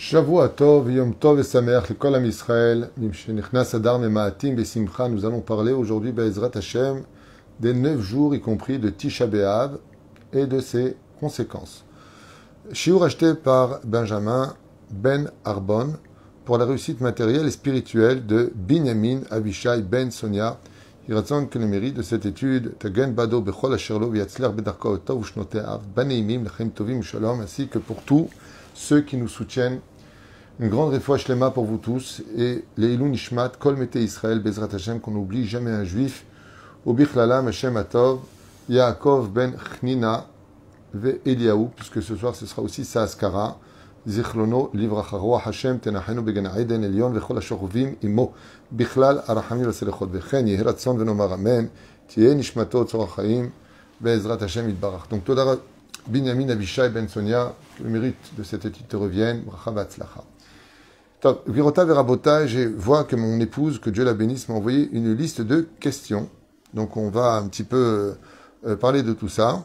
Shavua Tov, Yom Tov et Sameach, l'école Am Israël, Mimshenichnas Adar Memaatim Besimcha. Nous allons parler aujourd'hui, Be'ezrat Hashem, des 9 jours, y compris de Tisha B'Av et de ses conséquences. Shiur acheté par Benjamin Ben Arbon pour la réussite matérielle et spirituelle de Binyamin Avishai Ben Sonia. Il raconte que le mérite de cette étude, Tagen Bado Bechol Asherlo V'yatzler Bedarko Tov Ushnoteav Baneimim Lechem Tovim Shalom, ainsi que pour tous ceux qui nous soutiennent. Une grande réfoua shlema pour vous tous et les Ilou Nishmat Kol Mete Israël Bezrat Hashem, qu'on n'oublie jamais un juif. Ubichlalam Hashem Atov Yaakov Ben Chnina Ve Eliaou, puisque ce soir ce sera aussi sa askara. Zichlono Livracha Roa Hashem Tenachenu Began Aiden Elion Vechol Ashoruvim Imo Bichlal Arachamim Vaselechot Vechen Yehiratson Venomar Amen Tiye Nishmato Tzorach Chaim Bezrat Hashem Yitbarach. Donc Todara Binyamin Avishai Ben Sonia, que le mérite de cette étude te revienne. Bracha Vatzlacha. Virota Verabota, je vois que mon épouse, que Dieu la bénisse, m'a envoyé une liste de questions. Donc on va un petit peu parler de tout ça.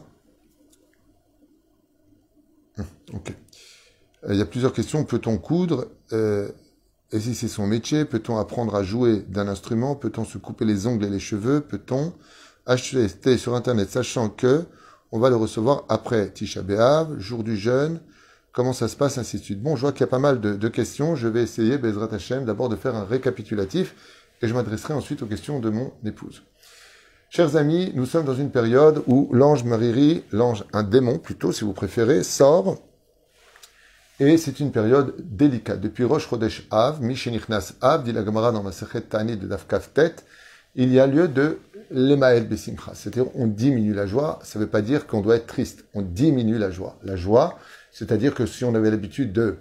Ok. Il y a plusieurs questions. Peut-on coudre et si c'est son métier, peut-on apprendre à jouer d'un instrument? Peut-on se couper les ongles et les cheveux? Peut-on acheter sur Internet, sachant que on va le recevoir après Tisha B'Av, jour du jeûne? Comment ça se passe, ainsi de suite. Bon, je vois qu'il y a pas mal de questions. Je vais essayer, Bezrat Hashem, d'abord de faire un récapitulatif et je m'adresserai ensuite aux questions de mon épouse. Chers amis, nous sommes dans une période où l'ange Mariri, un démon plutôt, si vous préférez, sort. Et c'est une période délicate. Depuis Rosh Chodesh Av, Mishenichnas Av, dit la Gemara dans Masechet Tani de Daf Kaf Tet, il y a lieu de l'Emael Besimcha. C'est-à-dire, on diminue la joie. Ça ne veut pas dire qu'on doit être triste. On diminue la joie. La joie, c'est-à-dire que si on avait l'habitude de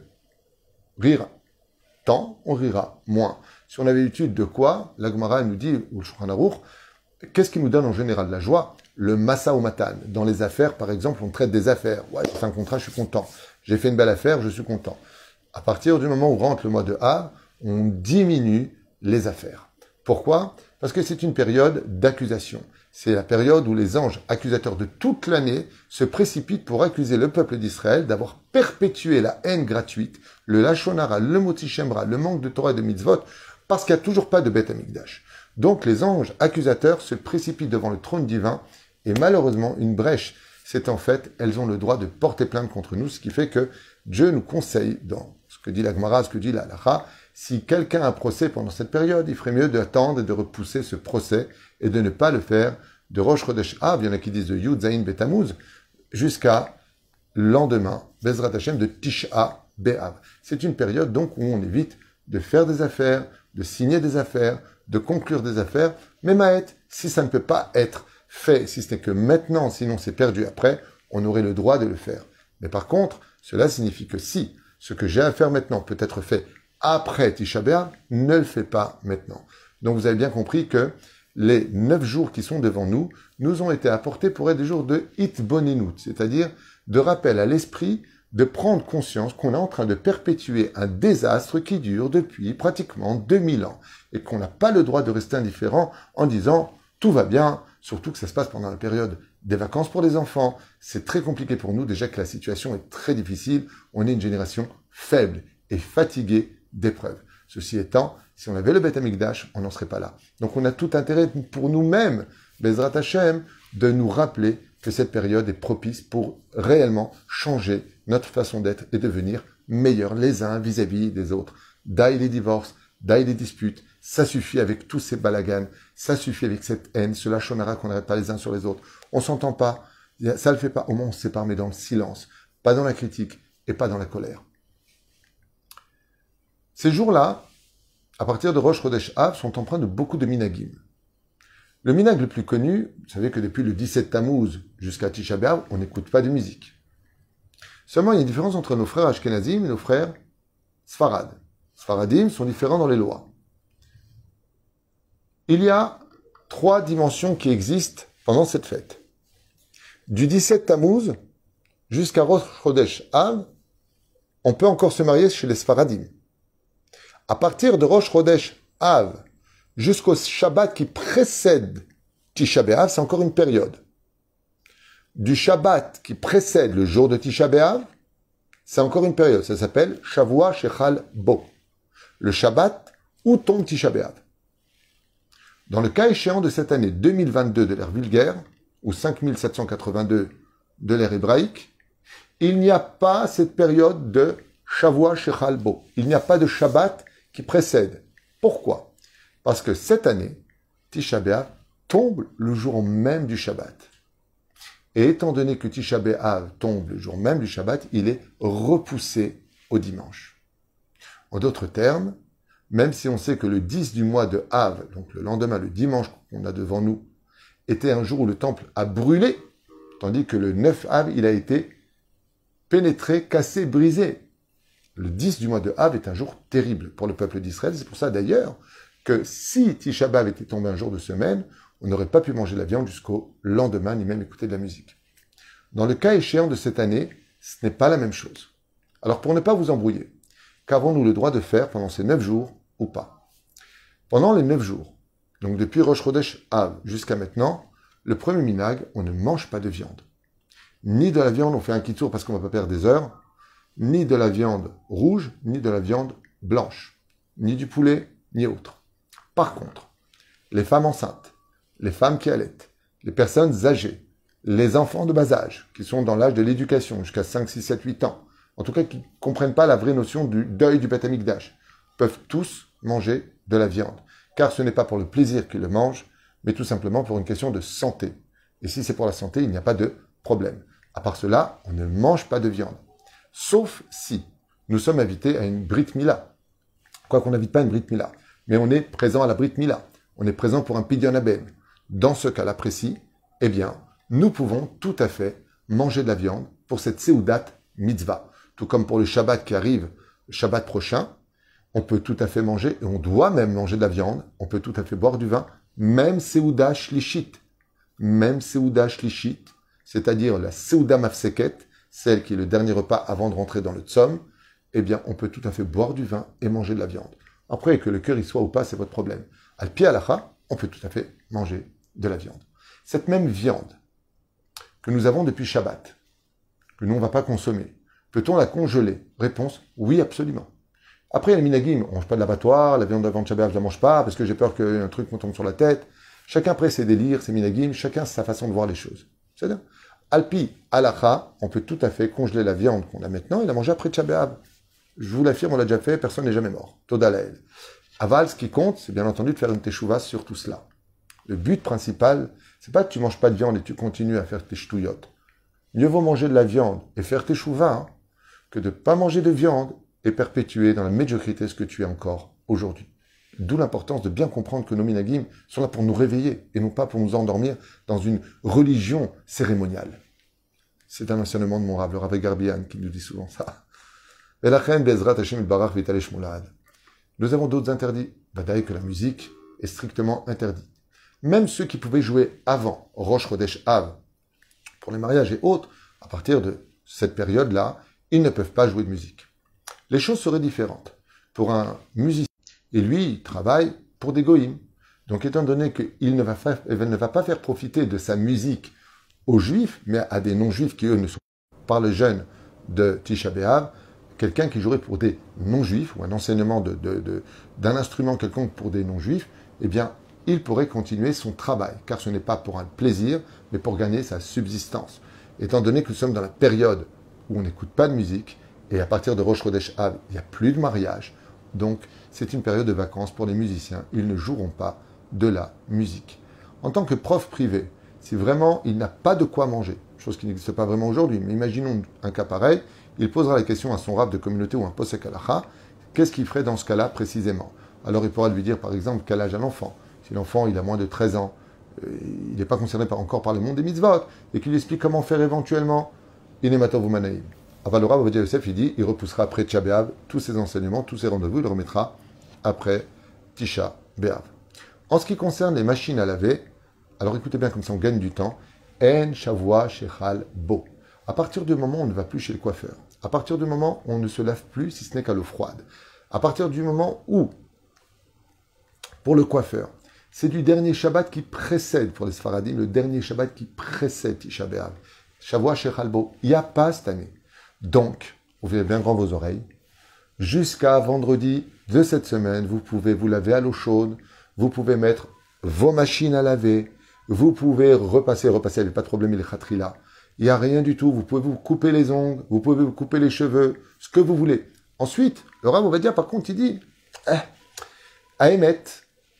rire tant, on rira moins. Si on avait l'habitude de quoi, la Gemara nous dit, ou le Shulchan Aruch, qu'est-ce qui nous donne en général de la joie? Le massa ou matan. Dans les affaires, par exemple, on traite des affaires. Ouais, j'ai fait un contrat, je suis content. J'ai fait une belle affaire, je suis content. À partir du moment où rentre le mois de Av, on diminue les affaires. Pourquoi? Parce que c'est une période d'accusation. C'est la période où les anges accusateurs de toute l'année se précipitent pour accuser le peuple d'Israël d'avoir perpétué la haine gratuite, le lachon hara, le moti shemra, le manque de Torah et de mitzvot, parce qu'il n'y a toujours pas de Beth Amikdash. Donc les anges accusateurs se précipitent devant le trône divin et malheureusement, une brèche s'est en fait, elles ont le droit de porter plainte contre nous, ce qui fait que Dieu nous conseille, dans ce que dit la Gemara, ce que dit la Halacha, si quelqu'un a un procès pendant cette période, il ferait mieux d'attendre et de repousser ce procès et de ne pas le faire de Rosh Chodesh Av, il y en a qui disent de Yud Zayin Betamuz, jusqu'à lendemain, Bezrat Hashem, de Tisha B'Av. C'est une période donc où on évite de faire des affaires, de signer des affaires, de conclure des affaires, mais Maët, si ça ne peut pas être fait, si ce n'est que maintenant, sinon c'est perdu après, on aurait le droit de le faire. Mais par contre, cela signifie que si ce que j'ai à faire maintenant peut être fait après Tisha B'Av, ne le fais pas maintenant. Donc vous avez bien compris que les 9 jours qui sont devant nous, nous ont été apportés pour être des jours de hitbonenut, c'est-à-dire de rappel à l'esprit de prendre conscience qu'on est en train de perpétuer un désastre qui dure depuis pratiquement 2000 ans et qu'on n'a pas le droit de rester indifférent en disant tout va bien, surtout que ça se passe pendant la période des vacances pour les enfants. C'est très compliqué pour nous, déjà que la situation est très difficile. On est une génération faible et fatiguée d'épreuves. Ceci étant, si on avait le Beth Amikdash, on n'en serait pas là. Donc on a tout intérêt pour nous-mêmes, Bezrat Hashem, de nous rappeler que cette période est propice pour réellement changer notre façon d'être et devenir meilleurs les uns vis-à-vis des autres. Daï les divorces, daï les disputes, ça suffit avec tous ces balagans, ça suffit avec cette haine, ce lachon hara qu'on n'arrête pas les uns sur les autres. On s'entend pas, ça le fait pas, au moins on se sépare, mais dans le silence, pas dans la critique et pas dans la colère. Ces jours-là, à partir de Rosh Chodesh Av, sont empreints de beaucoup de minagim. Le minag le plus connu, vous savez que depuis le 17 Tammuz jusqu'à Tisha B'Av, on n'écoute pas de musique. Seulement, il y a une différence entre nos frères Ashkenazim et nos frères Sfarad. Sfaradim sont différents dans les lois. Il y a 3 dimensions qui existent pendant cette fête. Du 17 Tammuz jusqu'à Rosh Chodesh Av, on peut encore se marier chez les Sfaradim. À partir de Rosh Chodesh Av jusqu'au Shabbat qui précède Tisha B'Av, c'est encore une période. Du Shabbat qui précède le jour de Tisha B'Av c'est encore une période. Ça s'appelle Shavua Shechal Bo. Le Shabbat où tombe Tisha B'Av. Dans le cas échéant de cette année 2022 de l'ère vulgaire, ou 5782 de l'ère hébraïque, il n'y a pas cette période de Shavua Shechal Bo. Il n'y a pas de Shabbat qui précède. Pourquoi? Parce que cette année, Tisha B'Av tombe le jour même du Shabbat. Et étant donné que Tisha B'Av tombe le jour même du Shabbat, il est repoussé au dimanche. En d'autres termes, même si on sait que le 10 du mois de Av, donc le lendemain, le dimanche qu'on a devant nous, était un jour où le temple a brûlé, tandis que le 9 Av, il a été pénétré, cassé, brisé. Le 10 du mois de Av est un jour terrible pour le peuple d'Israël. C'est pour ça d'ailleurs que si Tisha B'Av était tombé un jour de semaine, on n'aurait pas pu manger de la viande jusqu'au lendemain, ni même écouter de la musique. Dans le cas échéant de cette année, ce n'est pas la même chose. Alors pour ne pas vous embrouiller, qu'avons-nous le droit de faire pendant ces 9 jours ou pas? Pendant les 9 jours, donc depuis Rosh Chodesh Av jusqu'à maintenant, le premier minag, on ne mange pas de viande. Ni de la viande, on fait un kitour parce qu'on ne va pas perdre des heures, ni de la viande rouge, ni de la viande blanche, ni du poulet, ni autre. Par contre, les femmes enceintes, les femmes qui allaitent, les personnes âgées, les enfants de bas âge, qui sont dans l'âge de l'éducation, jusqu'à 5, 6, 7, 8 ans, en tout cas qui ne comprennent pas la vraie notion du deuil du Beth Amikdash, peuvent tous manger de la viande. Car ce n'est pas pour le plaisir qu'ils le mangent, mais tout simplement pour une question de santé. Et si c'est pour la santé, il n'y a pas de problème. À part cela, on ne mange pas de viande. Sauf si nous sommes invités à une Brit Mila. Quoi qu'on n'invite pas à une Brit Mila. Mais on est présent à la Brit Mila. On est présent pour un Pidyon Aben. Dans ce cas-là précis, eh bien, nous pouvons tout à fait manger de la viande pour cette Seudat Mitzvah. Tout comme pour le Shabbat qui arrive, le Shabbat prochain, on peut tout à fait manger, et on doit même manger de la viande, on peut tout à fait boire du vin, même Seuda Shlishit. Même Seuda Shlishit, c'est-à-dire la Seuda Mafseket, celle qui est le dernier repas avant de rentrer dans le Tzom, eh bien, on peut tout à fait boire du vin et manger de la viande. Après, que le cœur y soit ou pas, c'est votre problème. Al-Pi Halacha, on peut tout à fait manger de la viande. Cette même viande que nous avons depuis Shabbat, que nous, on ne va pas consommer, peut-on la congeler? Réponse, oui, absolument. Après, il y a les minagim, on ne mange pas de l'abattoir, la viande d'avant de Shabbat, je ne la mange pas, parce que j'ai peur qu'un truc me tombe sur la tête. Chacun après ses délires, ses minagim, chacun sa façon de voir les choses. C'est-à-dire, Alpi, Halacha, on peut tout à fait congeler la viande qu'on a maintenant et la manger après Shabbat. Je vous l'affirme, on l'a déjà fait, personne n'est jamais mort. Toda lael. Aval, ce qui compte, c'est bien entendu de faire une teshuva sur tout cela. Le but principal, c'est pas que tu manges pas de viande et tu continues à faire tes ch'touillottes. Mieux vaut manger de la viande et faire teshuva, hein, que de ne pas manger de viande et perpétuer dans la médiocrité ce que tu es encore aujourd'hui. D'où l'importance de bien comprendre que nos minagim sont là pour nous réveiller et non pas pour nous endormir dans une religion cérémoniale. C'est un enseignement de mon Rav, le Rav Garbian, qui nous dit souvent ça. Nous avons d'autres interdits. Badaï que la musique est strictement interdite. Même ceux qui pouvaient jouer avant Rosh Chodesh Av, pour les mariages et autres, à partir de cette période-là, ils ne peuvent pas jouer de musique. Les choses seraient différentes. Pour un musicien, et lui, il travaille pour des goïms. Donc, étant donné qu'il ne va pas faire profiter de sa musique aux juifs, mais à des non-juifs qui, eux, ne sont pas les jeunes de Tisha B'Av, quelqu'un qui jouerait pour des non-juifs, ou un enseignement d'un instrument quelconque pour des non-juifs, eh bien, il pourrait continuer son travail, car ce n'est pas pour un plaisir, mais pour gagner sa subsistance. Étant donné que nous sommes dans la période où on n'écoute pas de musique, et à partir de Rosh Chodesh Av, il n'y a plus de mariage, donc c'est une période de vacances pour les musiciens. Ils ne joueront pas de la musique. En tant que prof privé, si vraiment il n'a pas de quoi manger, chose qui n'existe pas vraiment aujourd'hui, mais imaginons un cas pareil, il posera la question à son rab de communauté ou un posek halacha, qu'est-ce qu'il ferait dans ce cas-là précisément? Alors il pourra lui dire par exemple quel âge a l'enfant. Si l'enfant il a moins de 13 ans, il n'est pas concerné encore par le monde des mitzvot, et qu'il lui explique comment faire éventuellement, Inematov ou Manaïm. Avant le Rav Ovadia Yosef, il dit, il repoussera après Tisha B'Av tous ses enseignements, tous ses rendez-vous, il le remettra après Tisha B'Av. En ce qui concerne les machines à laver, alors écoutez bien comme ça on gagne du temps, En Shavua Shechal Bo. À partir du moment où on ne va plus chez le coiffeur, à partir du moment où on ne se lave plus si ce n'est qu'à l'eau froide, à partir du moment où, pour le coiffeur, c'est du dernier Shabbat qui précède, pour les Sfaradim, le dernier Shabbat qui précède Tisha B'Av. Shavua Shechal Bo. Il n'y a pas cette année. Donc, ouvrez bien grand vos oreilles, jusqu'à vendredi de cette semaine, vous pouvez vous laver à l'eau chaude, vous pouvez mettre vos machines à laver, vous pouvez repasser, il n'y a pas de problème, il est khatrila. Il n'y a rien du tout, vous pouvez vous couper les ongles, vous pouvez vous couper les cheveux, ce que vous voulez. Ensuite, le Rav Ovadia, par contre, il dit, à émettre,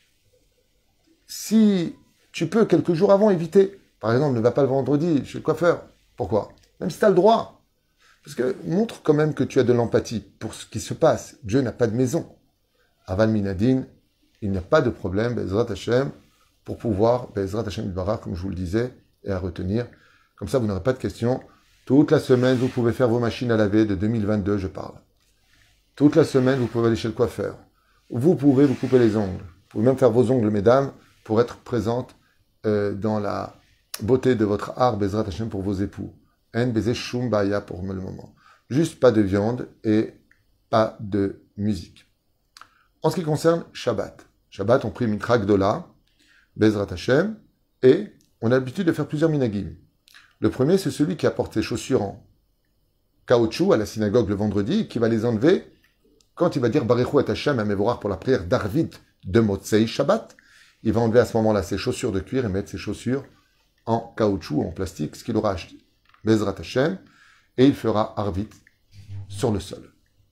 si tu peux quelques jours avant éviter, par exemple, ne va pas le vendredi chez le coiffeur. Pourquoi? Même si tu as le droit. Parce que montre quand même que tu as de l'empathie pour ce qui se passe. Dieu n'a pas de maison. Aval Minadin, il n'y a pas de problème, Bezrat Hashem, pour pouvoir, Bezrat Hashem Ibarach, comme je vous le disais, et à retenir. Comme ça, vous n'aurez pas de questions. Toute la semaine, vous pouvez faire vos machines à laver, de 2022, je parle. Toute la semaine, vous pouvez aller chez le coiffeur. Vous pouvez vous couper les ongles. Vous pouvez même faire vos ongles, mesdames, pour être présente dans la beauté de votre art, Bezrat Hashem, pour vos époux. En baiser shum baya pour le moment. Juste pas de viande et pas de musique. En ce qui concerne Shabbat. Shabbat, on prie Mitra Gdola, Bezrat Hashem, et on a l'habitude de faire plusieurs minagim. Le premier, c'est celui qui apporte ses chaussures en caoutchouc à la synagogue le vendredi, et qui va les enlever quand il va dire Baruchu et Hashem à Mevorach pour la prière d'Arvit de Motzei Shabbat. Il va enlever à ce moment-là ses chaussures de cuir et mettre ses chaussures en caoutchouc ou en plastique, ce qu'il aura acheté. Bezrat Hashem, et il fera Arvit sur le sol.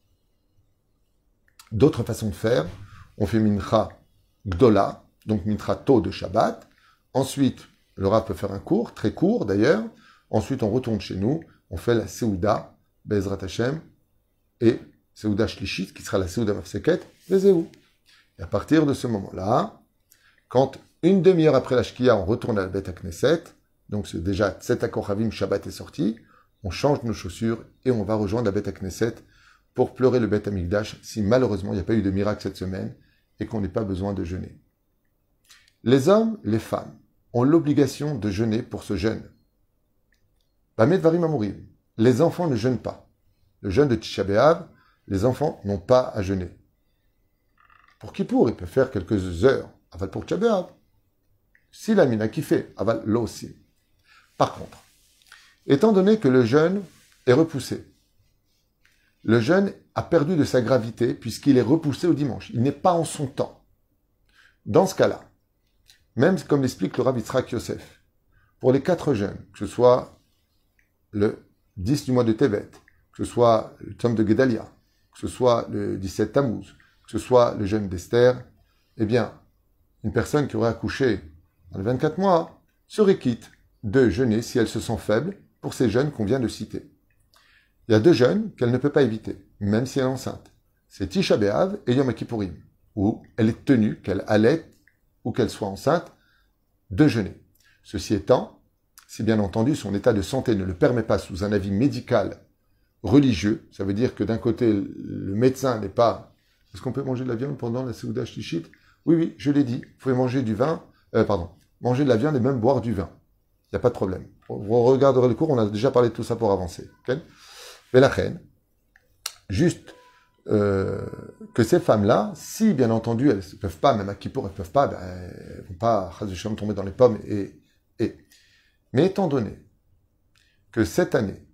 D'autres façons de faire, on fait Mincha Gdola, donc Mincha Tôt de Shabbat. Ensuite, le Rav peut faire un cours, très court d'ailleurs. Ensuite, on retourne chez nous, on fait la Seouda, Bezrat Hashem, et Seouda Shlishit, qui sera la Seouda Mafseket, Vezéou. Et à partir de ce moment-là, quand une demi-heure après la Shkia, on retourne à la Beth Knesset, donc c'est déjà Tset HaKochavim, Shabbat est sorti, on change nos chaussures et on va rejoindre la Beth Knesset pour pleurer le Beth Amikdash si malheureusement il n'y a pas eu de miracle cette semaine et qu'on n'ait pas besoin de jeûner. Les hommes, les femmes ont l'obligation de jeûner pour ce jeûne. Bamed Varim Amurim. Les enfants ne jeûnent pas. Le jeûne de Tisha B'Av, les enfants n'ont pas à jeûner. Pour Kippour, ils peuvent faire quelques heures. Aval pour Tisha B'Av. Si la mina qui fait, aval lo aussi. Par contre, étant donné que le jeûne est repoussé, le jeûne a perdu de sa gravité puisqu'il est repoussé au dimanche. Il n'est pas en son temps. Dans ce cas-là, même comme l'explique le Rav Yitzhak Yosef, pour les 4 jeûnes, que ce soit le 10 du mois de Tevet, que ce soit le Tzom de Gedalia, que ce soit le 17 Tammuz, que ce soit le jeûne d'Esther, eh bien, une personne qui aurait accouché dans les 24 mois serait quitte de jeûner si elle se sent faible pour ces jeûnes qu'on vient de citer. Il y a 2 jeûnes qu'elle ne peut pas éviter, même si elle est enceinte. C'est Tisha B'Av et Yom Kippourim, où elle est tenue, qu'elle allaite ou qu'elle soit enceinte, de jeûner. Ceci étant, si bien entendu son état de santé ne le permet pas sous un avis médical religieux, ça veut dire que d'un côté, le médecin n'est pas... Est-ce qu'on peut manger de la viande pendant la Seouda Shlishit? Oui, je l'ai dit, vous pouvez manger du vin, manger de la viande et même boire du vin. Il n'y a pas de problème. Vous regarderez le cours, on a déjà parlé de tout ça pour avancer. Okay? Mais la reine, juste que ces femmes-là, si bien entendu elles ne peuvent pas, même à Kippour, elles ne peuvent pas, elles ne vont pas tomber dans les pommes. Mais étant donné que cette année,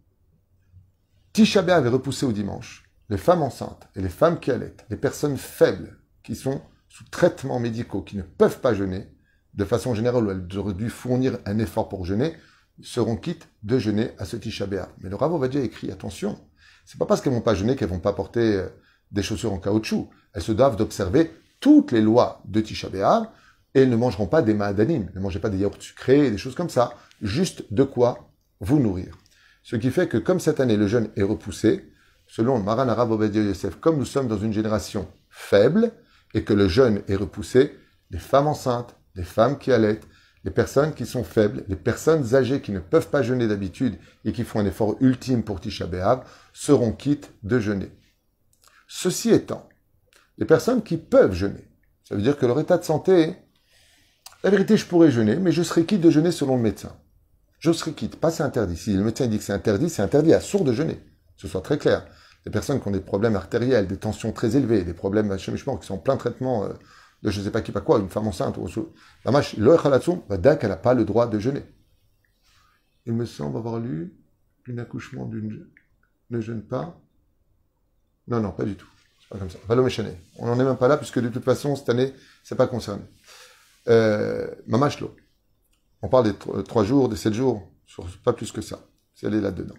Tisha B'Av est repoussé au dimanche, les femmes enceintes et les femmes qui allaitent, les personnes faibles qui sont sous traitements médicaux, qui ne peuvent pas jeûner, de façon générale, où elles auraient dû fournir un effort pour jeûner, seront quittes de jeûner à ce Tisha B'Av. Mais le Rav Ovadia écrit, attention, c'est pas parce qu'elles vont pas jeûner qu'elles vont pas porter des chaussures en caoutchouc. Elles se doivent d'observer toutes les lois de Tisha B'Av et elles ne mangeront pas des ma'adanim, ne mangez pas des yaourts sucrés, des choses comme ça. Juste de quoi vous nourrir. Ce qui fait que comme cette année le jeûne est repoussé, selon le Maran Rav Ovadia Yosef, comme nous sommes dans une génération faible et que le jeûne est repoussé, les femmes enceintes, les femmes qui allaitent, les personnes qui sont faibles, les personnes âgées qui ne peuvent pas jeûner d'habitude et qui font un effort ultime pour Tisha B'Av seront quittes de jeûner. Ceci étant, les personnes qui peuvent jeûner, ça veut dire que leur état de santé, la vérité, je pourrais jeûner, mais je serai quitte de jeûner selon le médecin. Je serai quitte, pas c'est interdit. Si le médecin dit que c'est interdit à sourd de jeûner. Que ce soit très clair. Les personnes qui ont des problèmes artériels, des tensions très élevées, des problèmes chimiquement qui sont en plein traitement de je ne sais pas qui, pas quoi, une femme enceinte, la mâche, qu'elle n'a pas le droit de jeûner. Il me semble avoir lu qu'un accouchement ne jeûne pas Non, non, pas du tout. C'est pas comme ça. Valo Meshane. On n'en est même pas là, puisque de toute façon, cette année, c'est pas concerné. Mamashlo. On parle des 3 jours, des 7 jours, pas plus que ça. C'est aller là-dedans.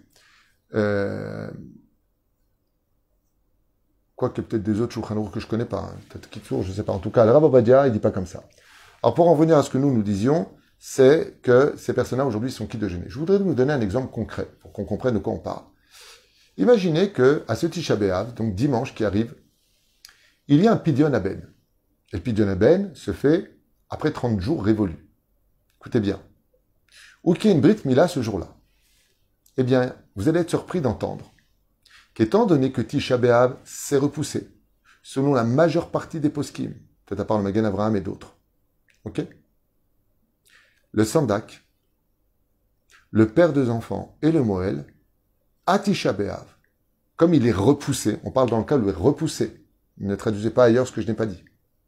Quoique peut-être des autres Shulchan Aruch que je connais pas. Hein. Peut-être Kitsour, je ne sais pas. En tout cas, le Rav Ovadia, il dit pas comme ça. Alors pour en revenir à ce que nous disions, c'est que ces personnes-là aujourd'hui sont quittes de jeûner. Je voudrais vous donner un exemple concret pour qu'on comprenne de quoi on parle. Imaginez que à ce Tisha B'Av, donc dimanche qui arrive, il y a un Pidyon Aben. Et le Pidyon Aben se fait après 30 jours révolus. Écoutez bien. Ou qu'il y ait une Brit Mila ce jour-là. Eh bien, vous allez être surpris d'entendre qu'étant donné que Tisha B'Av s'est repoussé, selon la majeure partie des poskim, peut-être à part le Magen Avraham et d'autres, ok, le Sandak, le père des enfants et le Moël, à Tisha B'Av, comme il est repoussé, on parle dans le cas où il est repoussé, ne traduisez pas ailleurs ce que je n'ai pas dit,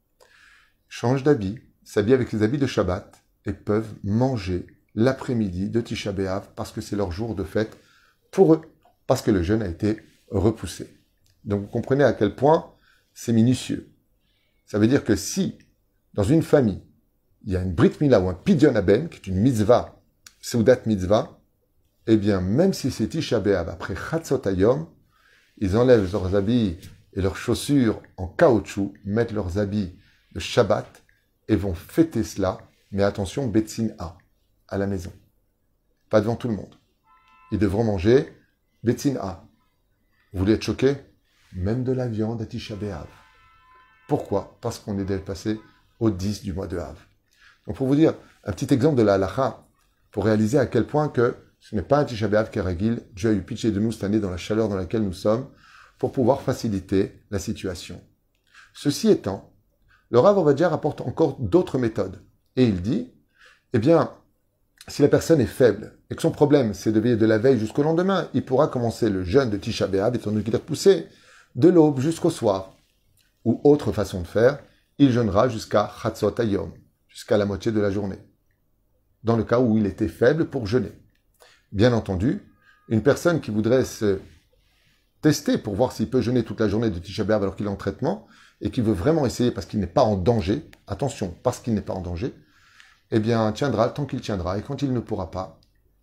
change d'habit, s'habille avec les habits de Shabbat et peuvent manger l'après-midi de Tisha B'Av parce que c'est leur jour de fête pour eux, parce que le jeûne a été repoussé. Donc vous comprenez à quel point c'est minutieux. Ça veut dire que si, dans une famille, il y a une Brit Mila ou un Pidyon Aben, qui est une mitzvah, Seudat mitzvah, eh bien, même si c'est Tisha B'Av, après Chatzot Hayom, ils enlèvent leurs habits et leurs chaussures en caoutchouc, mettent leurs habits de Shabbat et vont fêter cela, mais attention, Betzin A, à la maison. Pas devant tout le monde. Ils devront manger Betzin A. Vous voulez être choqué? Même de la viande à Tisha B'Av. Pourquoi? Parce qu'on est déjà passé au 10 du mois de Av. Donc pour vous dire, un petit exemple de la halacha, pour réaliser à quel point que ce n'est pas un Tisha B'Av qui est ragil, Dieu a eu pitié de nous cette année dans la chaleur dans laquelle nous sommes, pour pouvoir faciliter la situation. Ceci étant, le Rav Ovadia rapporte encore d'autres méthodes. Et il dit, eh bien, si la personne est faible et que son problème c'est de veiller de la veille jusqu'au lendemain, il pourra commencer le jeûne de Tisha B'Av, étant donné qu'il est repoussé, de l'aube jusqu'au soir. Ou autre façon de faire, il jeûnera jusqu'à Chatzot Hayom, jusqu'à la moitié de la journée. Dans le cas où il était faible pour jeûner. Bien entendu, une personne qui voudrait se tester pour voir s'il peut jeûner toute la journée de Tisha B'Av alors qu'il est en traitement, et qui veut vraiment essayer parce qu'il n'est pas en danger, attention, parce qu'il n'est pas en danger, eh bien, tiendra tant qu'il tiendra, et quand il ne pourra pas,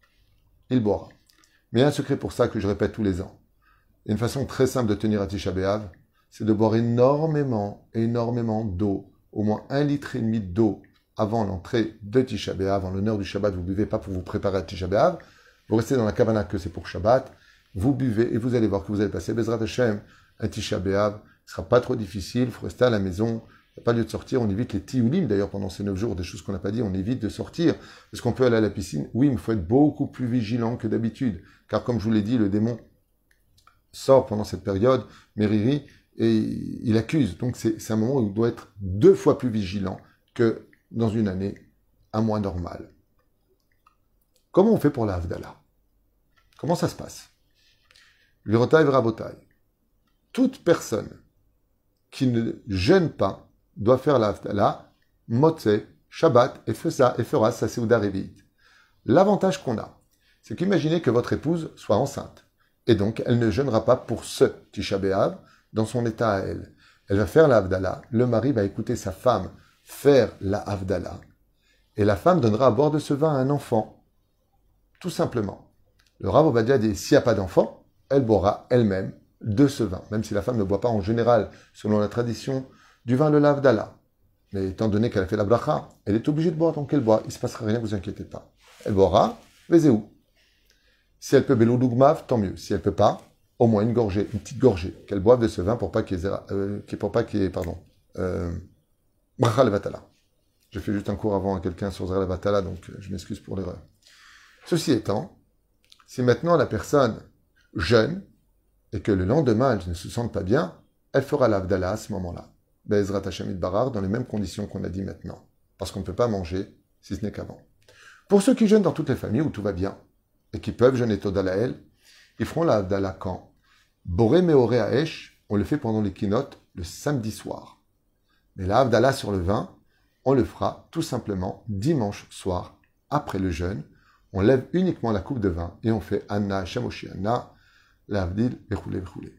il boira. Mais il y a un secret pour ça que je répète tous les ans. Il y a une façon très simple de tenir à Tisha B'Av, c'est de boire énormément d'eau, au moins 1,5 litre d'eau avant l'entrée de Tisha B'Av, en l'honneur du Shabbat, vous ne buvez pas pour vous préparer à Tisha B'Av, vous restez dans la kavana que c'est pour Shabbat, vous buvez et vous allez voir que vous allez passer Bezrat Hashem, un Tisha B'Av, ce ne sera pas trop difficile, il faut rester à la maison, il n'y a pas lieu de sortir, on évite les tioulim d'ailleurs pendant ces 9 jours, des choses qu'on n'a pas dit, on évite de sortir. Est-ce qu'on peut aller à la piscine? Oui, mais il faut être beaucoup plus vigilant que d'habitude, car comme je vous l'ai dit, le démon sort pendant cette période, Meriri, et il accuse. Donc c'est un moment où il doit être 2 fois plus vigilant que dans une année, un mois normal. Comment on fait pour la Havdalah? Comment ça se passe? Virotai v'rabotai. Toute personne qui ne jeûne pas doit faire la Havdalah, Motzei, Shabbat, et fera sa Seuda Revi'it. L'avantage qu'on a, c'est qu'imaginez que votre épouse soit enceinte, et donc elle ne jeûnera pas pour ce Tisha B'Av dans son état à elle. Elle va faire la Havdalah, le mari va écouter sa femme faire la Havdalah, et la femme donnera à boire de ce vin à un enfant, tout simplement. Le Rav Ovadia dit, s'il n'y a pas d'enfant, elle boira elle-même de ce vin, même si la femme ne boit pas en général, selon la tradition, du vin de la Havdalah. Mais étant donné qu'elle a fait la bracha, elle est obligée de boire tant qu'elle boit, il ne se passera rien, ne vous inquiétez pas. Elle boira, vezéou. Si elle peut beloudugmav, tant mieux. Si elle ne peut pas, au moins une gorgée, une petite gorgée, qu'elle boive de ce vin pour pas qu'il y ait, bracha levatala. J'ai fait juste un cours avant à quelqu'un sur Zera levatala, donc je m'excuse pour l'erreur. Ceci étant, si maintenant la personne jeûne, et que le lendemain elle ne se sente pas bien, elle fera l'Havdalah à ce moment-là. Be'ezrat Hashem Barar, dans les mêmes conditions qu'on a dit maintenant. Parce qu'on ne peut pas manger, si ce n'est qu'avant. Pour ceux qui jeûnent dans toutes les familles où tout va bien, et qui peuvent jeûner Todalael, ils feront la Havdalah quand? Boré Meoré Haesh, on le fait pendant les keynotes le samedi soir. Mais la Havdalah sur le vin, on le fera tout simplement dimanche soir, après le jeûne. On lève uniquement la coupe de vin et on fait Anna Hashem Oshi Anna, la Havdil, Vechoulé, Vechoulé.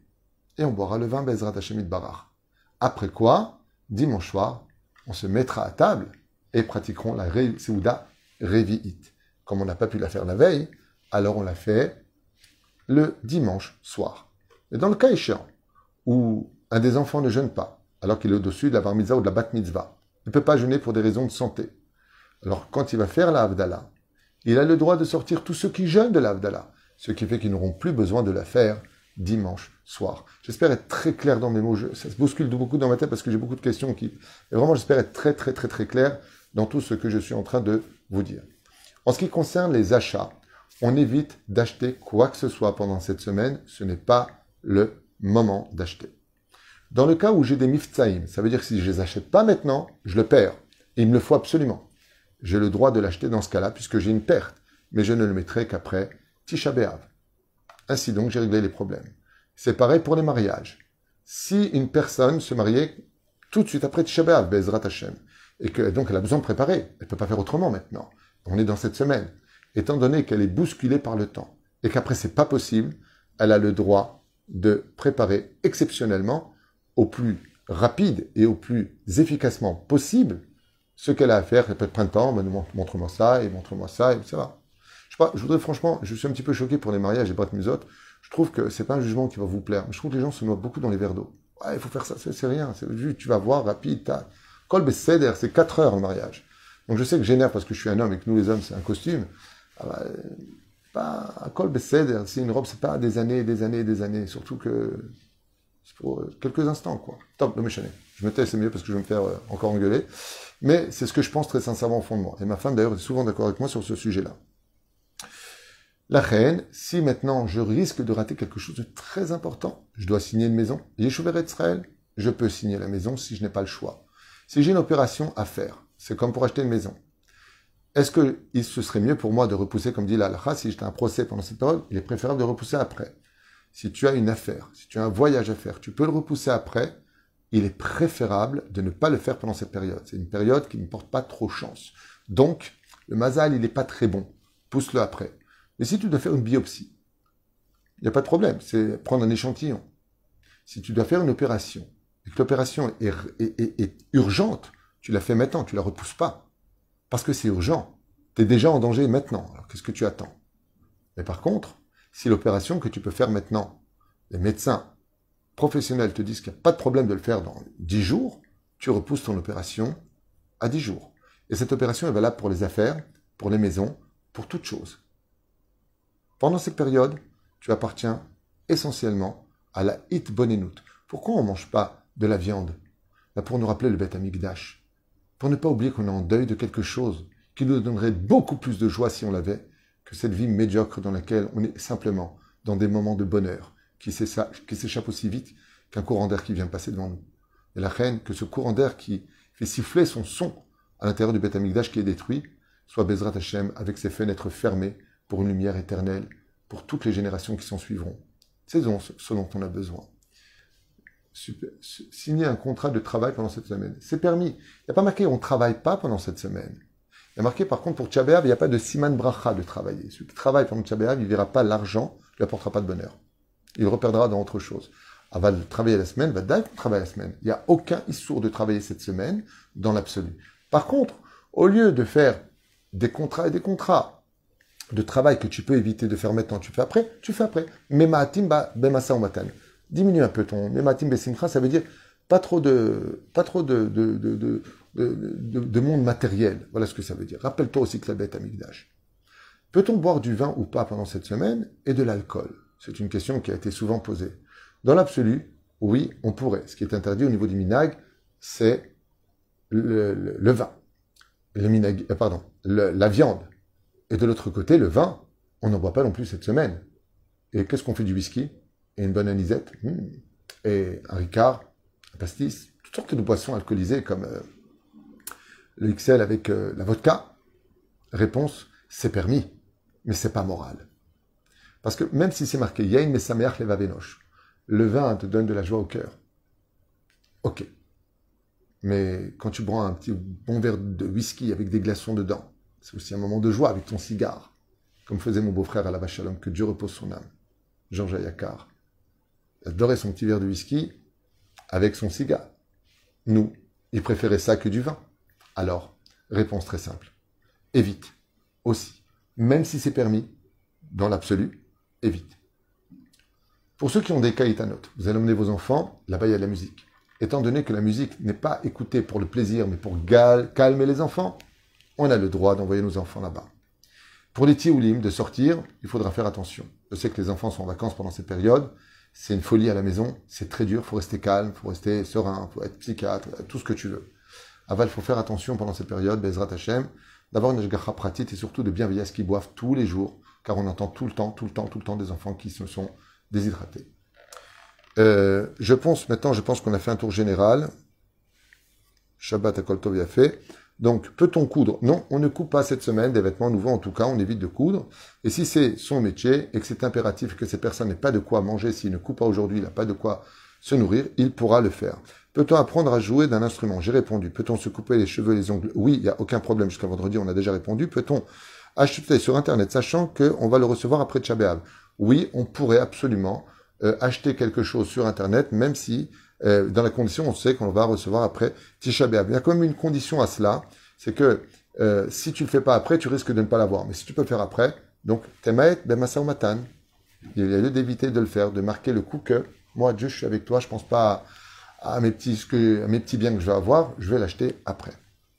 et on boira le vin Bezrat Hashem Barach. Après quoi, dimanche soir, on se mettra à table et pratiquerons la Seuda Revi'it. Comme on n'a pas pu la faire la veille, alors on l'a fait le dimanche soir. Et dans le cas échéant, où un des enfants ne jeûne pas, alors qu'il est au-dessus de la bar mitzvah ou de la bat mitzvah, il ne peut pas jeûner pour des raisons de santé. Alors quand il va faire la Havdalah, il a le droit de sortir tous ceux qui jeûnent de la Havdalah, ce qui fait qu'ils n'auront plus besoin de la faire dimanche soir. J'espère être très clair dans mes mots. Ça se bouscule beaucoup dans ma tête parce que j'ai beaucoup de questions qui... Et vraiment, j'espère être très, très, très, très clair dans tout ce que je suis en train de vous dire. En ce qui concerne les achats, on évite d'acheter quoi que ce soit pendant cette semaine. Ce n'est pas le moment d'acheter. Dans le cas où j'ai des miftsaïm, ça veut dire que si je ne les achète pas maintenant, je le perds. Et il me le faut absolument. J'ai le droit de l'acheter dans ce cas-là puisque j'ai une perte. Mais je ne le mettrai qu'après Tisha B'Av. Ainsi donc, j'ai réglé les problèmes. C'est pareil pour les mariages. Si une personne se mariait tout de suite après Tisha B'Av, Be'ezrat Hashem, et que donc elle a besoin de préparer, elle ne peut pas faire autrement maintenant. On est dans cette semaine. Étant donné qu'elle est bousculée par le temps, et qu'après c'est pas possible, elle a le droit de préparer exceptionnellement, au plus rapide et au plus efficacement possible, ce qu'elle a à faire. Elle peut être printemps, montre-moi ça, et ça va. Je sais pas, je voudrais franchement, je suis un petit peu choqué pour les mariages et brat mitzvot. Je trouve que c'est pas un jugement qui va vous plaire. Mais je trouve que les gens se noient beaucoup dans les verres d'eau. Ouais, il faut faire ça, c'est rien. C'est juste, tu vas voir, rapide, tac. Kol Besséder, c'est 4 heures le mariage. Donc je sais que j'énerve parce que je suis un homme et que nous les hommes, c'est un costume. Pas un Kol Besséder, c'est une robe, c'est pas des années et des années et des années. Surtout que c'est pour quelques instants, quoi. Top, le méchané. Je me tais, c'est mieux parce que je vais me faire encore engueuler. Mais c'est ce que je pense très sincèrement au fond de moi. Et ma femme, d'ailleurs, est souvent d'accord avec moi sur ce sujet-là. La reine, si maintenant je risque de rater quelque chose de très important, je dois signer une maison, Yeshuvah Israël, je peux signer la maison si je n'ai pas le choix. Si j'ai une opération à faire, c'est comme pour acheter une maison. Est-ce que ce serait mieux pour moi de repousser, comme dit la halakha, si j'étais un procès pendant cette période, il est préférable de repousser après. Si tu as une affaire, si tu as un voyage à faire, tu peux le repousser après, il est préférable de ne pas le faire pendant cette période. C'est une période qui ne porte pas trop chance. Donc, le mazal, il n'est pas très bon. Pousse-le après. Mais si tu dois faire une biopsie, il n'y a pas de problème, c'est prendre un échantillon. Si tu dois faire une opération, et que l'opération est urgente, tu la fais maintenant, tu ne la repousses pas. Parce que c'est urgent. Tu es déjà en danger maintenant. Alors qu'est-ce que tu attends? Mais par contre, si l'opération que tu peux faire maintenant, les médecins professionnels te disent qu'il n'y a pas de problème de le faire dans 10 jours, tu repousses ton opération à 10 jours. Et cette opération est valable pour les affaires, pour les maisons, pour toute chose. Pendant cette période, tu appartiens essentiellement à la hit bonenout. Pourquoi on ne mange pas de la viande? Pour nous rappeler le Beth Amikdash. Pour ne pas oublier qu'on est en deuil de quelque chose qui nous donnerait beaucoup plus de joie si on l'avait que cette vie médiocre dans laquelle on est simplement dans des moments de bonheur qui s'échappent aussi vite qu'un courant d'air qui vient de passer devant nous. Et la reine, que ce courant d'air qui fait siffler son son à l'intérieur du Beth Amikdash qui est détruit, soit Bezrat Hashem avec ses fenêtres fermées pour une lumière éternelle, pour toutes les générations qui s'en suivront. C'est ce dont on a besoin. Signer un contrat de travail pendant cette semaine, c'est permis. Il n'y a pas marqué on ne travaille pas pendant cette semaine. Il y a marqué par contre pour Tisha B'Av, il n'y a pas de siman bracha de travailler. Celui qui travaille pendant Tisha B'Av, il ne verra pas l'argent, il ne lui apportera pas de bonheur. Il reperdra dans autre chose. Va travailler la semaine, va d'ailleurs travailler la semaine. Il n'y a aucun issour de travailler cette semaine dans l'absolu. Par contre, au lieu de faire des contrats et des contrats de travail que tu peux éviter de faire maintenant, tu fais après. Mematim bemasa umatan. Diminue un peu ton mematim besimcha, ça veut dire pas trop de monde matériel. Voilà ce que ça veut dire. Rappelle-toi aussi que la bête Amikdash. Peut-on boire du vin ou pas pendant cette semaine et de l'alcool? C'est une question qui a été souvent posée. Dans l'absolu, oui, on pourrait. Ce qui est interdit au niveau du minag, c'est le vin. La viande. Et de l'autre côté, le vin, on n'en boit pas non plus cette semaine. Et qu'est-ce qu'on fait du whisky? Et une bonne anisette, et un ricard, un pastis, toutes sortes de boissons alcoolisées comme le XL avec la vodka. Réponse, c'est permis, mais c'est pas moral. Parce que même si c'est marqué Yain Mesameach Levavenosh, le vin te donne de la joie au cœur. Ok. Mais quand tu bois un petit bon verre de whisky avec des glaçons dedans, c'est aussi un moment de joie avec ton cigare, comme faisait mon beau-frère à la Vache Shalom, que Dieu repose son âme, Georges Ayakar. Il adorait son petit verre de whisky avec son cigare. Nous, il préférait ça que du vin. Alors, réponse très simple. Évite. Aussi. Même si c'est permis, dans l'absolu, évite. Pour ceux qui ont des caïtanotes, vous allez emmener vos enfants, là-bas il y a de la musique. Étant donné que la musique n'est pas écoutée pour le plaisir, mais pour calmer les enfants, on a le droit d'envoyer nos enfants là-bas. Pour les tioulim, de sortir, il faudra faire attention. Je sais que les enfants sont en vacances pendant cette période, c'est une folie à la maison, c'est très dur, il faut rester calme, il faut rester serein, il faut être psychiatre, tout ce que tu veux. Aval, il faut faire attention pendant cette période, Bezrat Hashem, d'avoir une ashgacha pratique et surtout de bien veiller à ce qu'ils boivent tous les jours, car on entend tout le temps des enfants qui se sont déshydratés. Je pense qu'on a fait un tour général. Shabbat à Koltov a fait. Donc, peut-on coudre? Non, on ne coupe pas cette semaine des vêtements nouveaux, en tout cas, on évite de coudre. Et si c'est son métier et que c'est impératif que cette personne n'ait pas de quoi manger, s'il ne coupe pas aujourd'hui, il n'a pas de quoi se nourrir, il pourra le faire. Peut-on apprendre à jouer d'un instrument? J'ai répondu. Peut-on se couper les cheveux, les ongles? Oui, il n'y a aucun problème. Jusqu'à vendredi, on a déjà répondu. Peut-on acheter sur Internet, sachant qu'on va le recevoir après Tisha B'Av? Oui, on pourrait absolument acheter quelque chose sur Internet, même si, dans la condition, on sait qu'on va recevoir après Tisha B'Av. Il y a quand même une condition à cela, c'est que si tu le fais pas après, tu risques de ne pas l'avoir. Mais si tu peux le faire après, donc, Temaet ben Masa Matan, il y a lieu d'éviter de le faire, de marquer le coup que, moi, Dieu, je suis avec toi, je pense pas à mes petits biens que je vais avoir, je vais l'acheter après.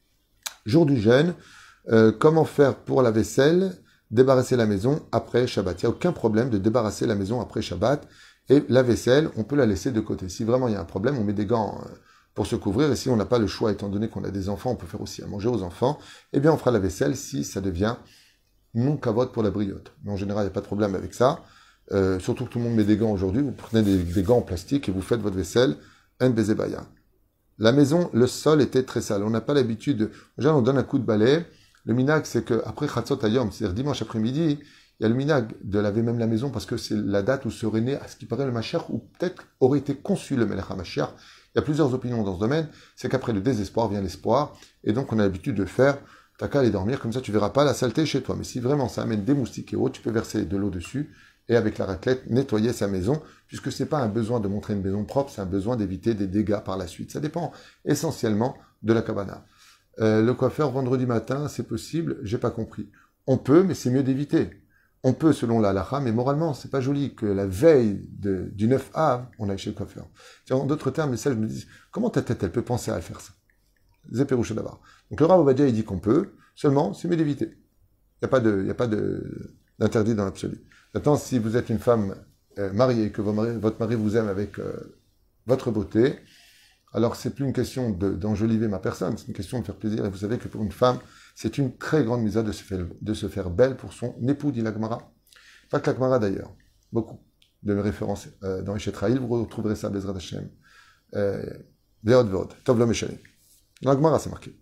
Jour du jeûne, comment faire pour la vaisselle, débarrasser la maison après Shabbat? Il n'y a aucun problème de débarrasser la maison après Shabbat. Et la vaisselle, on peut la laisser de côté. Si vraiment il y a un problème, on met des gants pour se couvrir. Et si on n'a pas le choix, étant donné qu'on a des enfants, on peut faire aussi à manger aux enfants, eh bien on fera la vaisselle si ça devient non cavote pour la briotte. Mais en général, il n'y a pas de problème avec ça. Surtout que tout le monde met des gants aujourd'hui. Vous prenez des gants en plastique et vous faites votre vaisselle. En bezebaya. La maison, le sol était très sale. On n'a pas l'habitude de... Déjà, on donne un coup de balai. Le minag, c'est qu'après Chatzot Hayom, c'est-à-dire dimanche après-midi, il y a le minag de laver même la maison parce que c'est la date où serait né, à ce qui paraît, le Mashiach, ou peut-être aurait été conçu le Melech HaMashiach. Il y a plusieurs opinions dans ce domaine. C'est qu'après le désespoir vient l'espoir. Et donc, on a l'habitude de le faire. T'as qu'à aller dormir, comme ça, tu verras pas la saleté chez toi. Mais si vraiment ça amène des moustiques et autres, tu peux verser de l'eau dessus et avec la raclette, nettoyer sa maison, puisque c'est pas un besoin de montrer une maison propre, c'est un besoin d'éviter des dégâts par la suite. Ça dépend essentiellement de la cabana. Le coiffeur vendredi matin, c'est possible? J'ai pas compris. On peut, mais c'est mieux d'éviter. On peut, selon la halakha, mais moralement, c'est pas joli que la veille du 9 Av, on aille chez le coiffeur. En d'autres termes, les sages me disent, comment ta tête, elle peut penser à faire ça? Zéperouché d'abord. Donc le Rav Ovadia, il dit qu'on peut, seulement, c'est mieux d'éviter. Il n'y a pas d'interdit dans l'absolu. Maintenant, si vous êtes une femme mariée, que votre mari vous aime avec votre beauté, alors c'est plus une question d'enjoliver ma personne, c'est une question de faire plaisir. Et vous savez que pour une femme, c'est une très grande misère de se faire belle pour son époux, dit l'Agmara. Pas que l'Agmara d'ailleurs, beaucoup de mes références dans Ishetraïl, vous retrouverez ça, Bezrat Hashem. Veod Veod, Tov Lo Meshane. Dans l'Agmara, c'est marqué.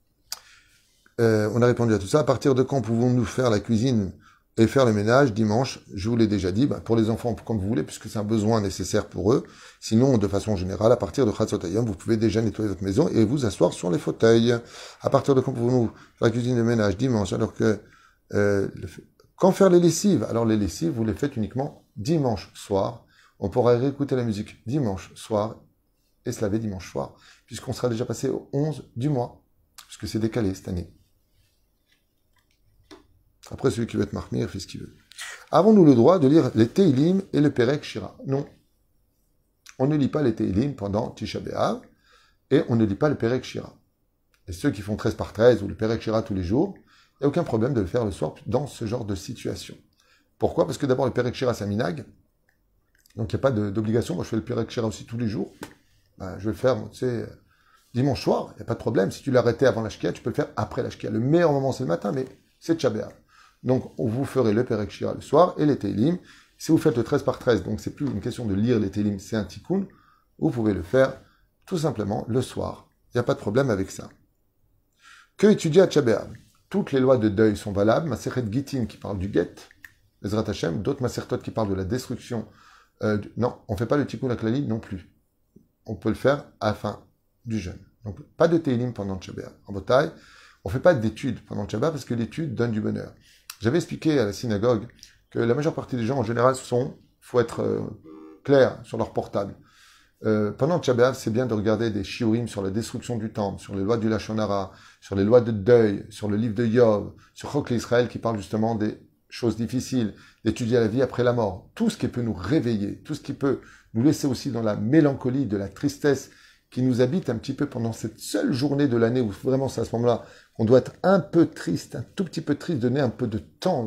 On a répondu à tout ça. À partir de quand pouvons-nous faire la cuisine et faire le ménage? Dimanche, je vous l'ai déjà dit, pour les enfants, comme vous voulez, puisque c'est un besoin nécessaire pour eux. Sinon, de façon générale, à partir de Chatzot Hayom, vous pouvez déjà nettoyer votre maison et vous asseoir sur les fauteuils. À partir de quand pouvons-nous faire la cuisine et le ménage? Dimanche, alors que... quand faire les lessives? Alors les lessives, vous les faites uniquement dimanche soir. On pourra réécouter la musique dimanche soir et se laver dimanche soir, puisqu'on sera déjà passé au 11 du mois, puisque c'est décalé cette année. Après, celui qui veut être marmire, fait ce qu'il veut. Avons-nous le droit de lire les Teilim et le Perek Shira? Non. On ne lit pas les Teilim pendant Tisha B'Av et on ne lit pas le Perek Shira. Et ceux qui font 13 par 13 ou le Perek Shira tous les jours, il n'y a aucun problème de le faire le soir dans ce genre de situation. Pourquoi? Parce que d'abord, le Perek Shira, c'est un minag. Donc, il n'y a pas d'obligation. Moi, je fais le Perek Shira aussi tous les jours. Je vais le faire, tu sais, dimanche soir. Il n'y a pas de problème. Si tu l'arrêtais avant la Shkia, tu peux le faire après la Shkia. Le meilleur moment, c'est le matin, mais c'est Tisha B'Av. Donc, vous ferez le Perek Shira le soir et les Teilim. Si vous faites le 13 par 13, donc c'est plus une question de lire les Teilim, c'est un tikkun, vous pouvez le faire tout simplement le soir. Il n'y a pas de problème avec ça. Que étudier à Tisha B'Av? Toutes les lois de deuil sont valables. Masechet Gittin qui parle du get, Ezrat Hashem, d'autres Masertot qui parlent de la destruction. Non, on ne fait pas le tikkun aklali non plus. On peut le faire à la fin du jeûne. Donc, pas de Teilim pendant Tisha B'Av. En bataille, on ne fait pas d'études pendant Tisha B'Av parce que l'étude donne du bonheur. J'avais expliqué à la synagogue que la majeure partie des gens, en général, faut être clair sur leur portable. Pendant Tisha B'Av, c'est bien de regarder des shiurim sur la destruction du temple, sur les lois du Lashon Hara, sur les lois de deuil, sur le livre de Yov, sur Chok l'Israël qui parle justement des choses difficiles, d'étudier la vie après la mort. Tout ce qui peut nous réveiller, tout ce qui peut nous laisser aussi dans la mélancolie, de la tristesse qui nous habite un petit peu pendant cette seule journée de l'année où vraiment c'est à ce moment-là qu'on doit être un peu triste, un tout petit peu triste, donner un peu de temps,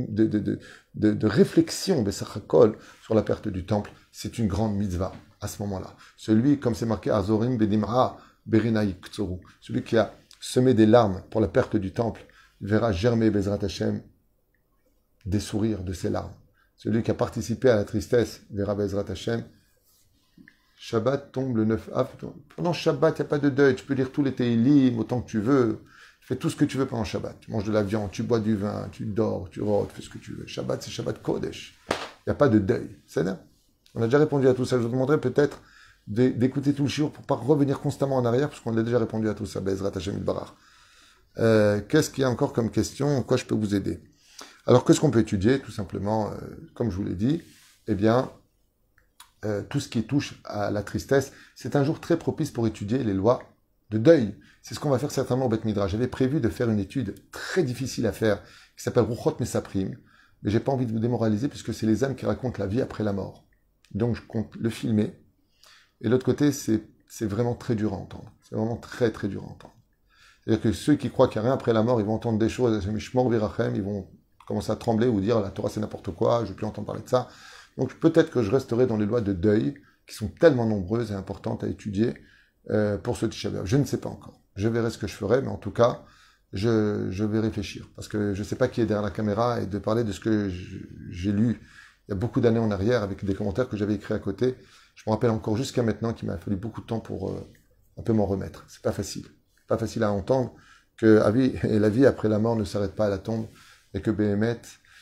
de réflexion, Bessachakol, sur la perte du temple. C'est une grande mitzvah à ce moment-là. Celui, comme c'est marqué, Azorim Bedimra Berinaï Ktsoru, celui qui a semé des larmes pour la perte du temple, verra germer Bezrat Hashem des sourires de ses larmes. Celui qui a participé à la tristesse verra Bezrat Hashem. Shabbat tombe le 9 av. Pendant Shabbat, il n'y a pas de deuil. Tu peux lire tous les Teilim autant que tu veux. Fais tout ce que tu veux pendant Shabbat. Tu manges de la viande, tu bois du vin, tu dors, tu rôdes, fais ce que tu veux. Shabbat, c'est Shabbat Kodesh. Il n'y a pas de deuil. C'est là. On a déjà répondu à tout ça. Je vous demanderai peut-être d'écouter tout le shiur pour ne pas revenir constamment en arrière, parce qu'on a déjà répondu à tout ça. Bezrat Hashem Barar. Qu'est-ce qu'il y a encore comme question? En quoi je peux vous aider? Alors, qu'est-ce qu'on peut étudier? Tout simplement, comme je vous l'ai dit, eh bien, tout ce qui touche à la tristesse, c'est un jour très propice pour étudier les lois de deuil. C'est ce qu'on va faire certainement au Beth Midrash. J'avais prévu de faire une étude très difficile à faire, qui s'appelle Ruchot Mesaprim, mais j'ai pas envie de vous démoraliser, puisque c'est les âmes qui racontent la vie après la mort. Donc, je compte le filmer. Et l'autre côté, c'est vraiment très dur à entendre. C'est vraiment très, très dur à entendre. C'est-à-dire que ceux qui croient qu'il n'y a rien après la mort, ils vont entendre des choses, ils vont commencer à trembler ou dire la Torah c'est n'importe quoi, je ne veux plus entendre parler de ça. Donc peut-être que je resterai dans les lois de deuil, qui sont tellement nombreuses et importantes à étudier pour ce Tisha B'Av. Je ne sais pas encore. Je verrai ce que je ferai, mais en tout cas, je vais réfléchir. Parce que je ne sais pas qui est derrière la caméra et de parler de ce que j'ai lu il y a beaucoup d'années en arrière avec des commentaires que j'avais écrits à côté. Je me rappelle encore jusqu'à maintenant qu'il m'a fallu beaucoup de temps pour un peu m'en remettre. C'est pas facile. Pas facile à entendre que la vie après la mort ne s'arrête pas à la tombe et que Béhémet,